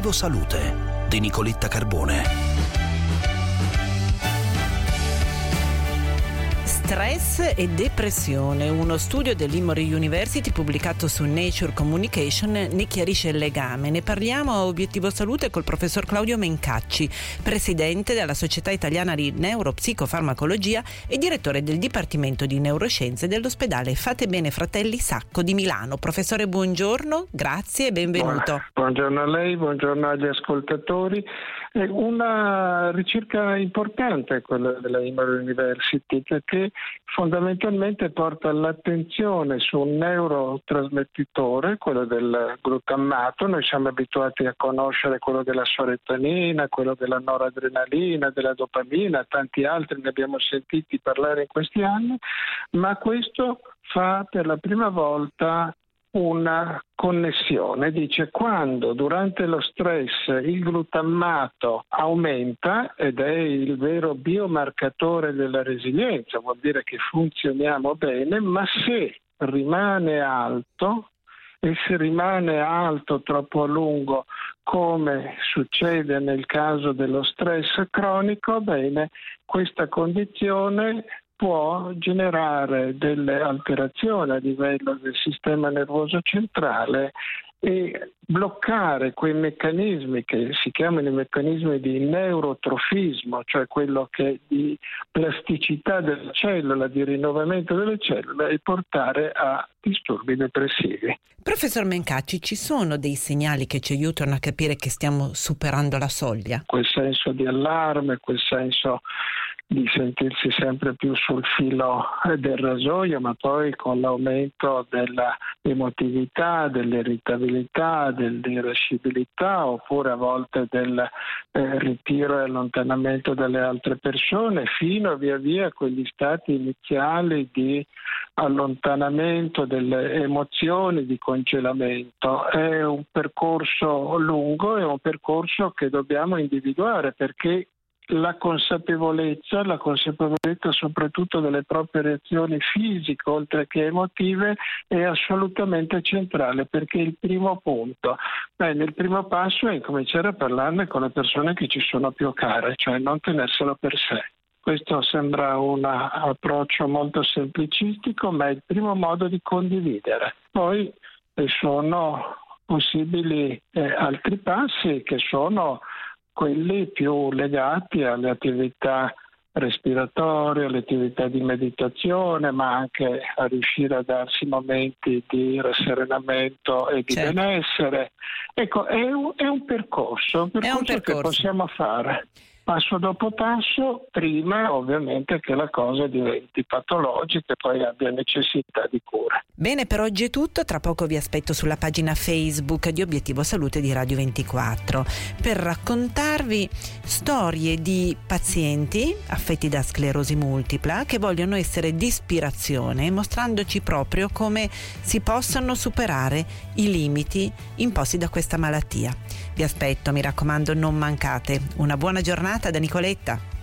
Obiettivo Salute di Nicoletta Carbone. Stress e depressione. Uno studio dell'Emory University pubblicato su Nature Communication ne chiarisce il legame. Ne parliamo a Obiettivo Salute col professor Claudio Mencacci, presidente della Società Italiana di Neuropsicofarmacologia e direttore del Dipartimento di Neuroscienze dell'ospedale Fate Bene Fratelli Sacco di Milano. Professore, buongiorno, grazie e benvenuto. Buongiorno a lei, buongiorno agli ascoltatori. È una ricerca importante quella della Emory University, perché fondamentalmente porta l'attenzione su un neurotrasmettitore, quello del glutammato. Noi siamo abituati a conoscere quello della serotonina, quello della noradrenalina, della dopamina, tanti altri ne abbiamo sentiti parlare in questi anni, ma questo fa per la prima volta una connessione. Dice: quando durante lo stress il glutammato aumenta, ed è il vero biomarcatore della resilienza, vuol dire che funzioniamo bene, ma se rimane alto, e se rimane alto troppo a lungo, come succede nel caso dello stress cronico, bene, questa condizione può generare delle alterazioni a livello del sistema nervoso centrale e bloccare quei meccanismi che si chiamano i meccanismi di neurotrofismo, cioè quello che è di plasticità della cellula, di rinnovamento delle cellule, e portare a disturbi depressivi. Professor Mencacci, ci sono dei segnali che ci aiutano a capire che stiamo superando la soglia? Quel senso di allarme, quel senso di sentirsi sempre più sul filo del rasoio, ma poi con l'aumento della emotività, dell'irritabilità, dell'irascibilità, oppure a volte del ritiro e allontanamento dalle altre persone, fino via via a quegli stati iniziali di allontanamento delle emozioni, di congelamento. È un percorso lungo, è un percorso che dobbiamo individuare, perché la consapevolezza soprattutto delle proprie reazioni fisiche oltre che emotive è assolutamente centrale, perché il primo punto, il primo passo è cominciare a parlarne con le persone che ci sono più care, cioè non tenerselo per sé. Questo sembra un approccio molto semplicistico, ma è il primo modo di condividere. Poi sono possibili altri passi, che sono quelli più legati alle attività respiratorie, alle attività di meditazione, ma anche a riuscire a darsi momenti di rasserenamento e di benessere. Ecco, è un percorso che possiamo fare passo dopo passo, prima ovviamente che la cosa diventi patologica e poi abbia necessità di cura. Bene, per oggi è tutto. Tra poco vi aspetto sulla pagina Facebook di Obiettivo Salute di Radio 24 per raccontarvi storie di pazienti affetti da sclerosi multipla che vogliono essere di ispirazione, mostrandoci proprio come si possano superare i limiti imposti da questa malattia. Vi aspetto, mi raccomando, non mancate. Una buona giornata da Nicoletta.